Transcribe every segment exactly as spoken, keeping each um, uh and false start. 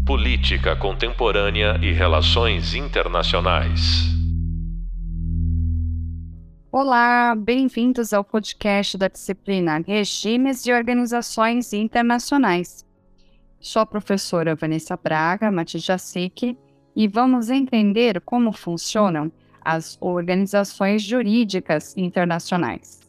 Política Contemporânea e Relações Internacionais. Olá, bem-vindos ao podcast da disciplina Regimes e Organizações Internacionais. Sou a professora Vanessa Braga Matijacek e vamos entender como funcionam as organizações jurídicas internacionais.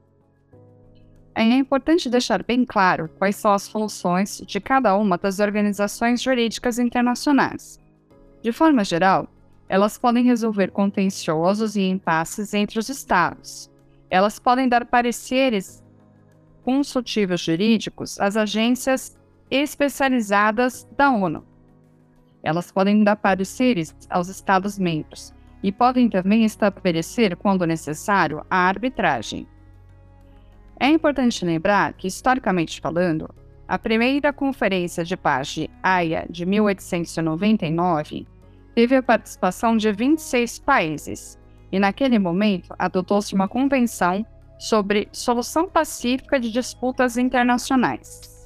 É importante deixar bem claro quais são as funções de cada uma das organizações jurídicas internacionais. De forma geral, elas podem resolver contenciosos e impasses entre os Estados. Elas podem dar pareceres consultivos jurídicos às agências especializadas da ONU. Elas podem dar pareceres aos Estados-membros e podem também estabelecer, quando necessário, a arbitragem. É importante lembrar que, historicamente falando, a primeira Conferência de Paz de Haia de mil oitocentos e noventa e nove teve a participação de vinte e seis países, e naquele momento adotou-se uma convenção sobre solução pacífica de disputas internacionais.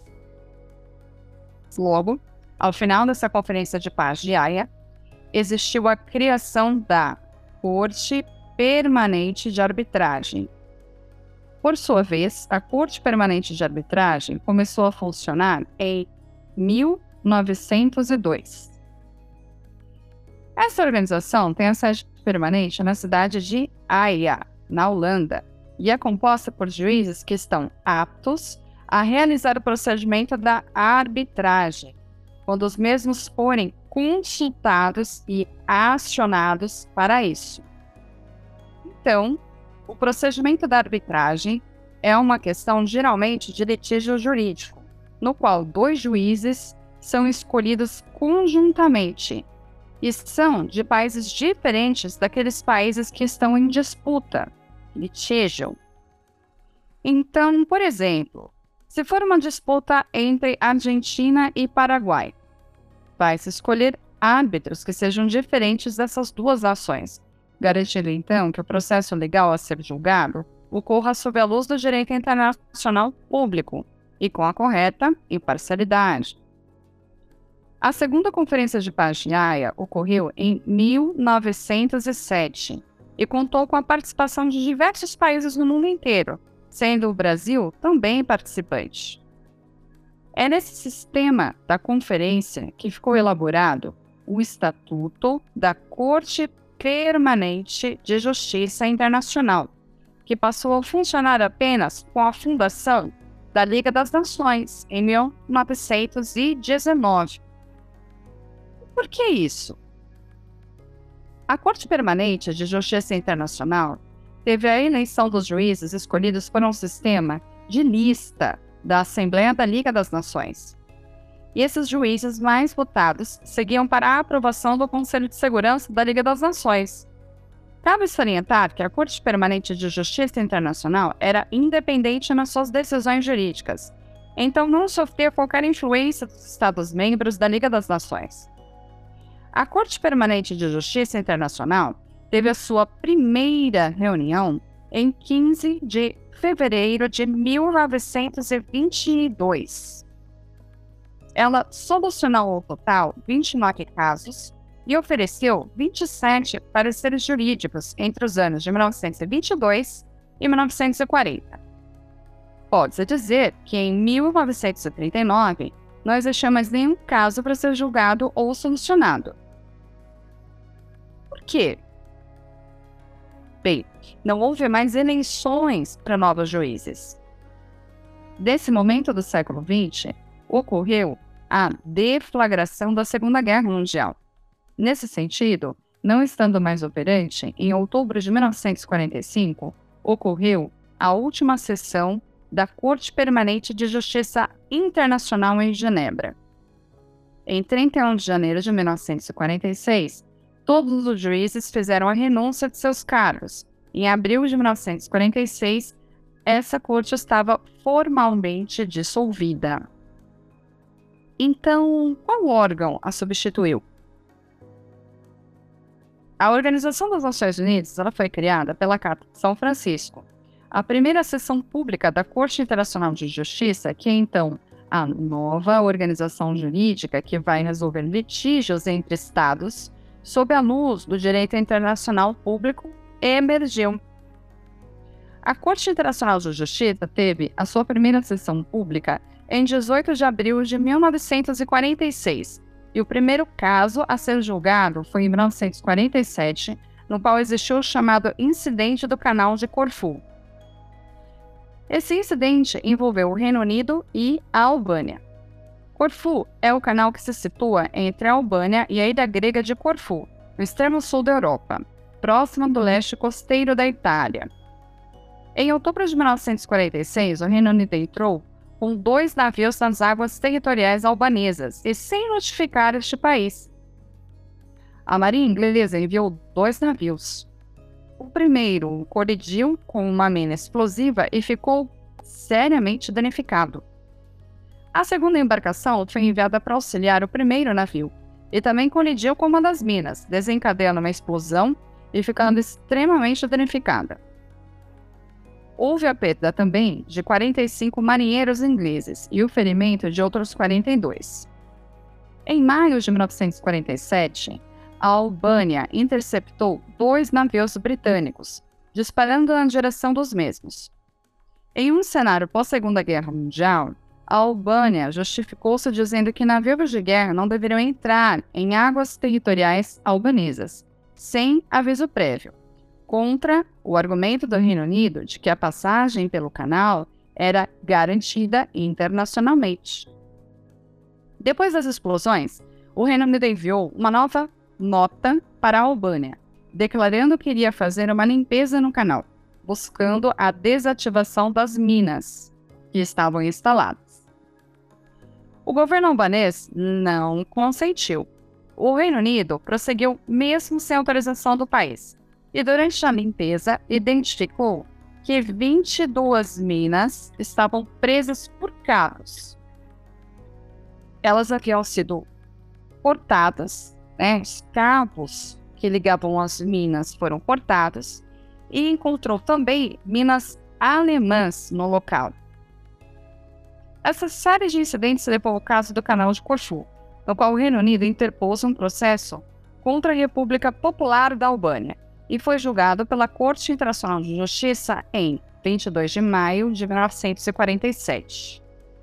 Logo, ao final dessa Conferência de Paz de Haia, existiu a criação da Corte Permanente de Arbitragem. Por sua vez, a Corte Permanente de Arbitragem começou a funcionar em mil novecentos e dois. Essa organização tem a sede permanente na cidade de Haia, na Holanda, e é composta por juízes que estão aptos a realizar o procedimento da arbitragem, quando os mesmos forem consultados e acionados para isso. Então, o procedimento da arbitragem é uma questão geralmente de litígio jurídico, no qual dois juízes são escolhidos conjuntamente e são de países diferentes daqueles países que estão em disputa, litígio. Então, por exemplo, se for uma disputa entre Argentina e Paraguai, vai-se escolher árbitros que sejam diferentes dessas duas nações, garantindo então que o processo legal a ser julgado ocorra sob a luz do direito internacional público e com a correta imparcialidade. A segunda Conferência de Paz de Haia ocorreu em mil novecentos e sete e contou com a participação de diversos países no mundo inteiro, sendo o Brasil também participante. É nesse sistema da conferência que ficou elaborado o Estatuto da Corte Permanente de Justiça Internacional, que passou a funcionar apenas com a fundação da Liga das Nações em mil novecentos e dezenove. Por que isso? A Corte Permanente de Justiça Internacional teve a eleição dos juízes escolhidos por um sistema de lista da Assembleia da Liga das Nações. E esses juízes mais votados seguiam para a aprovação do Conselho de Segurança da Liga das Nações. Cabe salientar que a Corte Permanente de Justiça Internacional era independente nas suas decisões jurídicas, então não sofria qualquer influência dos Estados-membros da Liga das Nações. A Corte Permanente de Justiça Internacional teve a sua primeira reunião em quinze de fevereiro de mil novecentos e vinte e dois. Ela solucionou ao total vinte e nove casos e ofereceu vinte e sete pareceres jurídicos entre os anos de mil novecentos e vinte e dois e mil novecentos e quarenta. Pode-se dizer que em mil novecentos e trinta e nove não existiu mais nenhum caso para ser julgado ou solucionado. Por quê? Bem, não houve mais eleições para novos juízes. Nesse momento do século vinte, ocorreu a deflagração da Segunda Guerra Mundial. Nesse sentido, não estando mais operante, em outubro de mil novecentos e quarenta e cinco, ocorreu a última sessão da Corte Permanente de Justiça Internacional em Genebra. Em trinta e um de janeiro de mil novecentos e quarenta e seis, todos os juízes fizeram a renúncia de seus cargos. Em abril de mil novecentos e quarenta e seis, essa corte estava formalmente dissolvida. Então, qual órgão a substituiu? A Organização das Nações Unidas ela foi criada pela Carta de São Francisco, a primeira sessão pública da Corte Internacional de Justiça, que então a nova organização jurídica que vai resolver litígios entre estados sob a luz do direito internacional público emergiu. A Corte Internacional de Justiça teve a sua primeira sessão pública em dezoito de abril de mil novecentos e quarenta e seis, e o primeiro caso a ser julgado foi em mil novecentos e quarenta e sete, no qual existiu o chamado Incidente do Canal de Corfu. Esse incidente envolveu o Reino Unido e a Albânia. Corfu é o canal que se situa entre a Albânia e a ilha grega de Corfu, no extremo sul da Europa, próximo do leste costeiro da Itália. Em outubro de mil novecentos e quarenta e seis, o Reino Unido entrou com dois navios nas águas territoriais albanesas e sem notificar este país. A Marinha Inglesa enviou dois navios. O primeiro colidiu com uma mina explosiva e ficou seriamente danificado. A segunda embarcação foi enviada para auxiliar o primeiro navio e também colidiu com uma das minas, desencadeando uma explosão e ficando extremamente danificada. Houve a perda também de quarenta e cinco marinheiros ingleses e o ferimento de outros quarenta e dois. Em maio de mil novecentos e quarenta e sete, a Albânia interceptou dois navios britânicos, disparando na direção dos mesmos. Em um cenário pós-Segunda Guerra Mundial, a Albânia justificou-se dizendo que navios de guerra não deveriam entrar em águas territoriais albanesas, sem aviso prévio, contra o argumento do Reino Unido de que a passagem pelo canal era garantida internacionalmente. Depois das explosões, o Reino Unido enviou uma nova nota para a Albânia, declarando que iria fazer uma limpeza no canal, buscando a desativação das minas que estavam instaladas. O governo albanês não consentiu. O Reino Unido prosseguiu mesmo sem autorização do país, e durante a limpeza identificou que vinte e duas minas estavam presas por cabos. Elas haviam sido cortadas, né? Os cabos que ligavam as minas foram cortados, e encontrou também minas alemãs no local. Essa série de incidentes levou ao caso do Canal de Corfu, no qual o Reino Unido interpôs um processo contra a República Popular da Albânia e foi julgado pela Corte Internacional de Justiça em vinte e dois de maio de mil novecentos e quarenta e sete.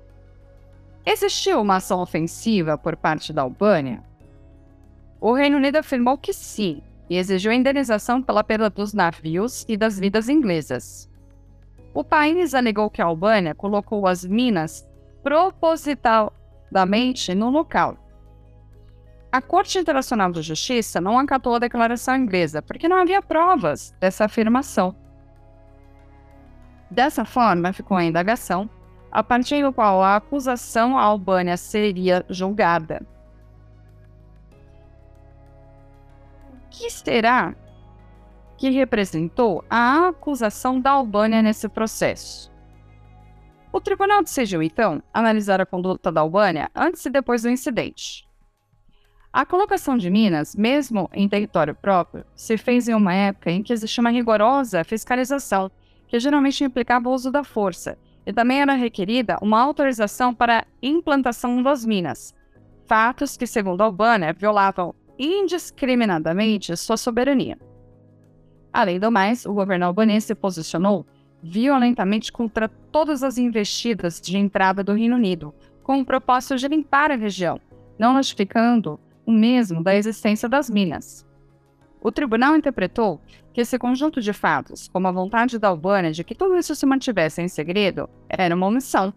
Existiu uma ação ofensiva por parte da Albânia? O Reino Unido afirmou que sim, e exigiu indenização pela perda dos navios e das vidas inglesas. O país alegou que a Albânia colocou as minas propositalmente no local. A Corte Internacional de Justiça não acatou a declaração inglesa, porque não havia provas dessa afirmação. Dessa forma, ficou a indagação, a partir do qual a acusação à Albânia seria julgada. O que será que representou a acusação da Albânia nesse processo? O Tribunal decidiu, então, analisar a conduta da Albânia antes e depois do incidente. A colocação de minas, mesmo em território próprio, se fez em uma época em que existia uma rigorosa fiscalização, que geralmente implicava o uso da força, e também era requerida uma autorização para a implantação das minas, fatos que, segundo a Albânia, violavam indiscriminadamente sua soberania. Além do mais, o governo albanês se posicionou violentamente contra todas as investidas de entrada do Reino Unido, com o propósito de limpar a região, não notificando o mesmo da existência das minas. O tribunal interpretou que esse conjunto de fatos, como a vontade da Albânia de que tudo isso se mantivesse em segredo, era uma omissão.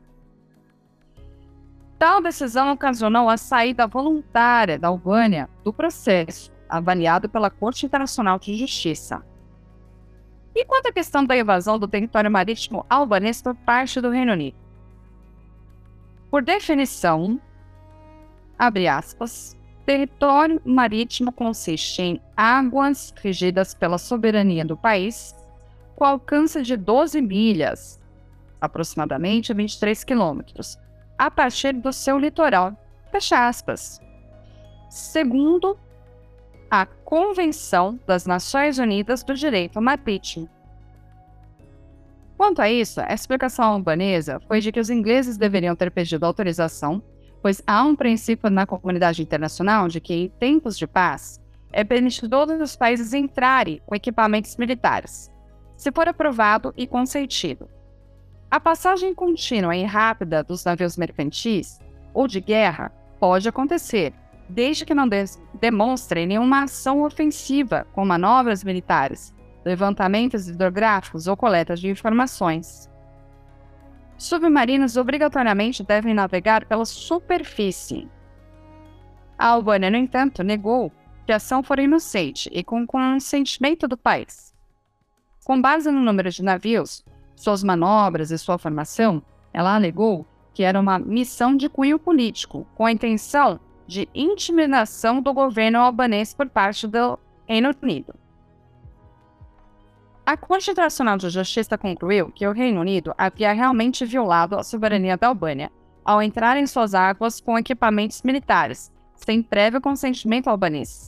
Tal decisão ocasionou a saída voluntária da Albânia do processo, avaliado pela Corte Internacional de Justiça. E quanto à questão da invasão do território marítimo albanês por parte do Reino Unido? Por definição, abre aspas, território marítimo consiste em águas regidas pela soberania do país, com alcance de doze milhas, aproximadamente vinte e três quilômetros, a partir do seu litoral, fecha aspas. Segundo a Convenção das Nações Unidas do Direito Marítimo. Quanto a isso, a explicação albanesa foi de que os ingleses deveriam ter pedido autorização, pois há um princípio na comunidade internacional de que, em tempos de paz, é permitido todos os países entrarem com equipamentos militares, se for aprovado e consentido. A passagem contínua e rápida dos navios mercantis ou de guerra pode acontecer, desde que não de- demonstrem nenhuma ação ofensiva com manobras militares, levantamentos hidrográficos ou coleta de informações. Submarinos obrigatoriamente devem navegar pela superfície. A Albânia, no entanto, negou que a ação fora inocente e com consentimento do país. Com base no número de navios, suas manobras e sua formação, ela alegou que era uma missão de cunho político, com a intenção de intimidação do governo albanês por parte do Reino Unido. A Corte Internacional de Justiça concluiu que o Reino Unido havia realmente violado a soberania da Albânia ao entrar em suas águas com equipamentos militares, sem prévio consentimento albanês.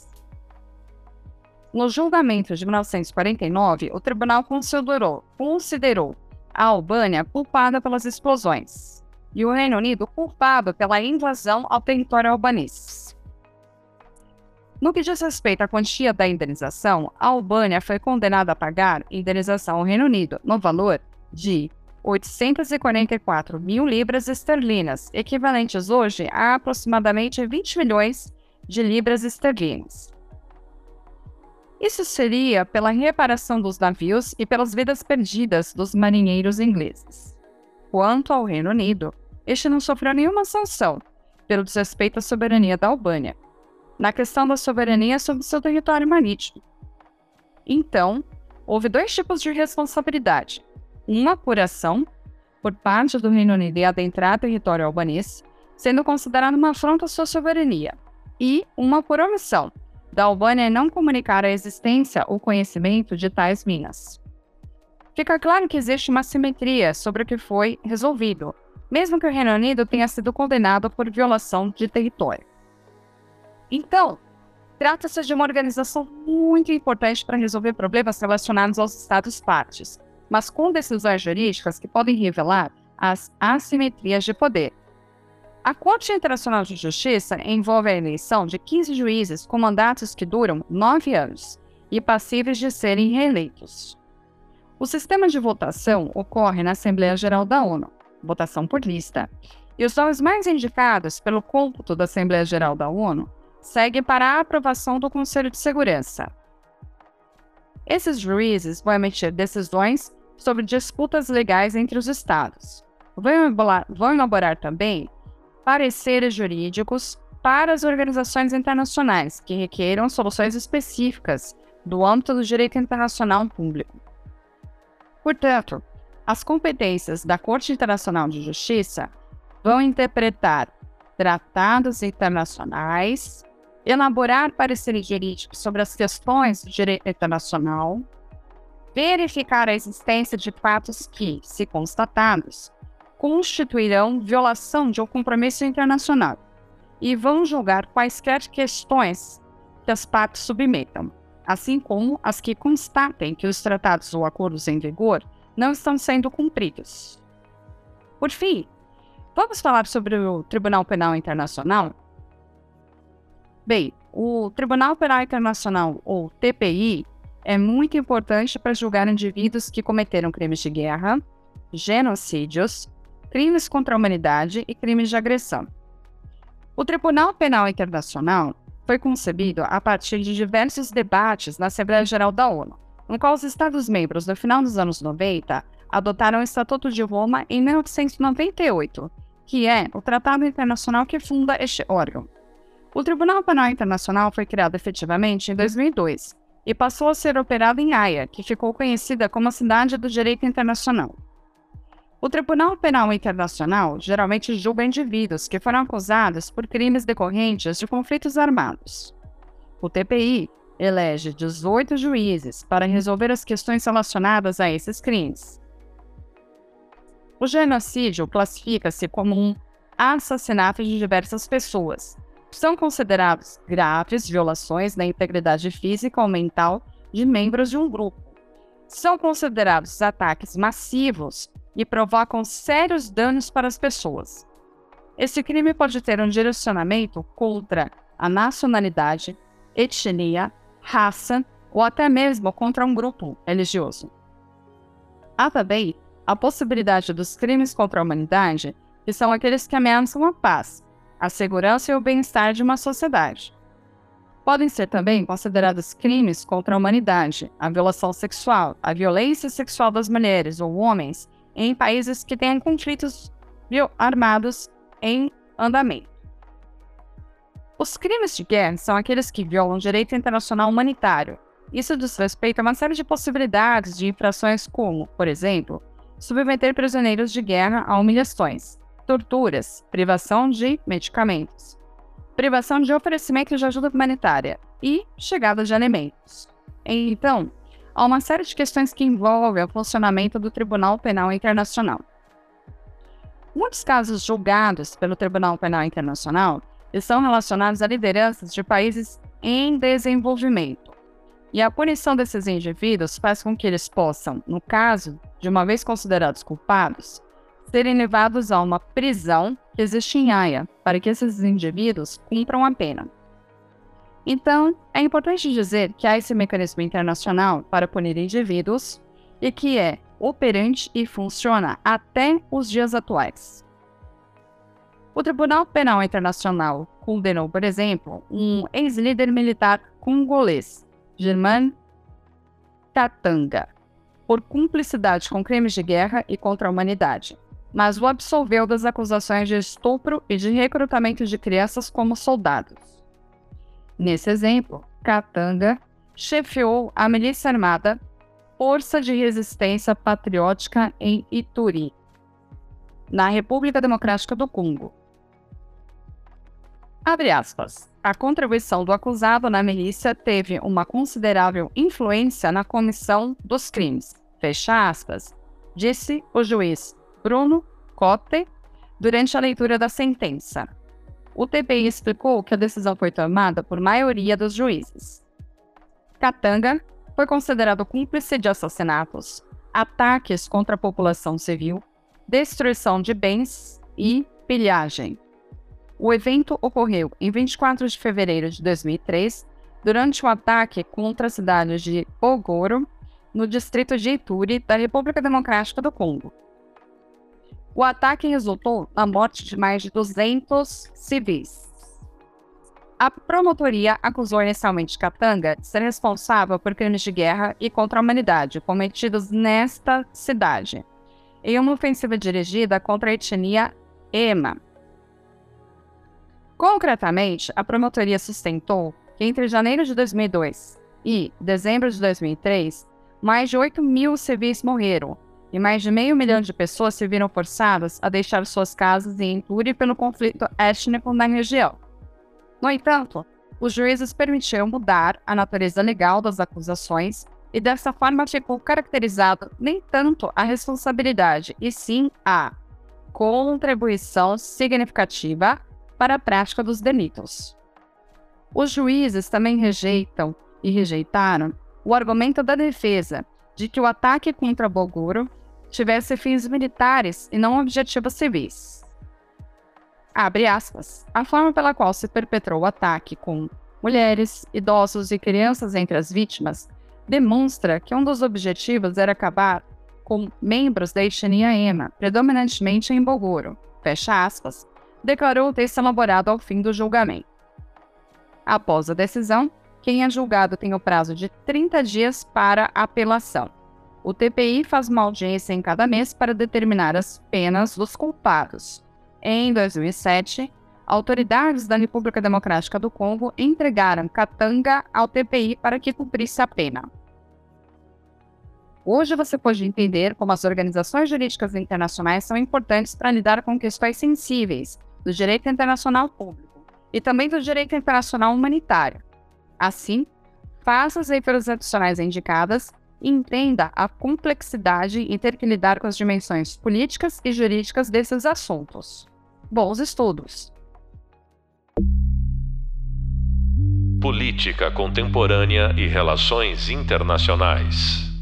No julgamento de mil novecentos e quarenta e nove, o tribunal considerou, considerou a Albânia culpada pelas explosões e o Reino Unido culpado pela invasão ao território albanês. No que diz respeito à quantia da indenização, a Albânia foi condenada a pagar indenização ao Reino Unido no valor de oitocentas e quarenta e quatro mil libras esterlinas, equivalentes hoje a aproximadamente vinte milhões de libras esterlinas. Isso seria pela reparação dos navios e pelas vidas perdidas dos marinheiros ingleses. Quanto ao Reino Unido, este não sofreu nenhuma sanção pelo desrespeito à soberania da Albânia, na questão da soberania sobre seu território marítimo. Então, houve dois tipos de responsabilidade: uma apuração por parte do Reino Unido em adentrar território albanês, sendo considerado uma afronta à sua soberania, e uma por omissão da Albânia em não comunicar a existência ou conhecimento de tais minas. Fica claro que existe uma simetria sobre o que foi resolvido, mesmo que o Reino Unido tenha sido condenado por violação de território. Então, trata-se de uma organização muito importante para resolver problemas relacionados aos Estados-partes, mas com decisões jurídicas que podem revelar as assimetrias de poder. A Corte Internacional de Justiça envolve a eleição de quinze juízes com mandatos que duram nove anos e passíveis de serem reeleitos. O sistema de votação ocorre na Assembleia Geral da ONU, votação por lista, e os nomes mais indicados pelo cômputo da Assembleia Geral da ONU seguem para a aprovação do Conselho de Segurança. Esses juízes vão emitir decisões sobre disputas legais entre os Estados. Vão elaborar, vão elaborar também pareceres jurídicos para as organizações internacionais que requeram soluções específicas do âmbito do direito internacional público. Portanto, as competências da Corte Internacional de Justiça vão interpretar tratados internacionais, elaborar pareceres jurídicos sobre as questões do direito internacional, verificar a existência de fatos que, se constatados, constituirão violação de um compromisso internacional e vão julgar quaisquer questões que as partes submetam, assim como as que constatem que os tratados ou acordos em vigor não estão sendo cumpridos. Por fim, vamos falar sobre o Tribunal Penal Internacional? Bem, o Tribunal Penal Internacional, ou T P I, é muito importante para julgar indivíduos que cometeram crimes de guerra, genocídios, crimes contra a humanidade e crimes de agressão. O Tribunal Penal Internacional foi concebido a partir de diversos debates na Assembleia Geral da ONU, no qual os Estados-membros, no final dos anos noventa, adotaram o Estatuto de Roma em mil novecentos e noventa e oito, que é o tratado internacional que funda este órgão. O Tribunal Penal Internacional foi criado efetivamente em dois mil e dois e passou a ser operado em Haia, que ficou conhecida como a Cidade do Direito Internacional. O Tribunal Penal Internacional geralmente julga indivíduos que foram acusados por crimes decorrentes de conflitos armados. O T P I elege dezoito juízes para resolver as questões relacionadas a esses crimes. O genocídio classifica-se como um assassinato de diversas pessoas. São considerados graves violações da integridade física ou mental de membros de um grupo, são considerados ataques massivos e provocam sérios danos para as pessoas. Esse crime pode ter um direcionamento contra a nacionalidade, etnia, raça ou até mesmo contra um grupo religioso. Há também a possibilidade dos crimes contra a humanidade, que são aqueles que ameaçam a paz, a segurança e o bem-estar de uma sociedade. Podem ser também considerados crimes contra a humanidade, a violação sexual, a violência sexual das mulheres ou homens em países que tenham conflitos armados em andamento. Os crimes de guerra são aqueles que violam o direito internacional humanitário. Isso diz respeito a uma série de possibilidades de infrações como, por exemplo, submeter prisioneiros de guerra a humilhações, torturas, privação de medicamentos, privação de oferecimento de ajuda humanitária e chegada de alimentos. Então, há uma série de questões que envolvem o funcionamento do Tribunal Penal Internacional. Muitos casos julgados pelo Tribunal Penal Internacional estão relacionados a lideranças de países em desenvolvimento. E a punição desses indivíduos faz com que eles possam, no caso de uma vez considerados culpados, serem levados a uma prisão que existe em Haia, para que esses indivíduos cumpram a pena. Então, é importante dizer que há esse mecanismo internacional para punir indivíduos e que é operante e funciona até os dias atuais. O Tribunal Penal Internacional condenou, por exemplo, um ex-líder militar congolês, Germain Katanga, por cumplicidade com crimes de guerra e contra a humanidade, mas o absolveu das acusações de estupro e de recrutamento de crianças como soldados. Nesse exemplo, Katanga chefiou a milícia armada Força de Resistência Patriótica em Ituri, na República Democrática do Congo. Abre aspas. A contribuição do acusado na milícia teve uma considerável influência na comissão dos crimes. Fecha aspas, disse o juiz Bruno Cotte durante a leitura da sentença. O T P I explicou que a decisão foi tomada por maioria dos juízes. Katanga foi considerado cúmplice de assassinatos, ataques contra a população civil, destruição de bens e pilhagem. O evento ocorreu em vinte e quatro de fevereiro de dois mil e três, durante um ataque contra a cidade de Ogoro, no distrito de Ituri, da República Democrática do Congo. O ataque resultou na morte de mais de duzentos civis. A promotoria acusou inicialmente Katanga de ser responsável por crimes de guerra e contra a humanidade cometidos nesta cidade, em uma ofensiva dirigida contra a etnia Ema. Concretamente, a promotoria sustentou que entre janeiro de dois mil e dois e dezembro de dois mil e três, mais de oito mil civis morreram e mais de meio milhão de pessoas se viram forçadas a deixar suas casas em Ituri pelo conflito étnico na região. No entanto, os juízes permitiram mudar a natureza legal das acusações e dessa forma ficou caracterizado nem tanto a responsabilidade, e sim a contribuição significativa para a prática dos delitos. Os juízes também rejeitam e rejeitaram o argumento da defesa de que o ataque contra Bogoro tivesse fins militares e não objetivos civis. Abre aspas. A forma pela qual se perpetrou o ataque com mulheres, idosos e crianças entre as vítimas demonstra que um dos objetivos era acabar com membros da etnia Ema, predominantemente em Bogoro, fecha aspas, declarou o texto elaborado ao fim do julgamento. Após a decisão, quem é julgado tem o prazo de trinta dias para apelação. O T P I faz uma audiência em cada mês para determinar as penas dos culpados. Em dois mil e sete, autoridades da República Democrática do Congo entregaram Katanga ao T P I para que cumprisse a pena. Hoje você pode entender como as organizações jurídicas internacionais são importantes para lidar com questões sensíveis do direito internacional público e também do direito internacional humanitário. Assim, faça as leituras adicionais indicadas e entenda a complexidade em ter que lidar com as dimensões políticas e jurídicas desses assuntos. Bons estudos! Política contemporânea e relações internacionais.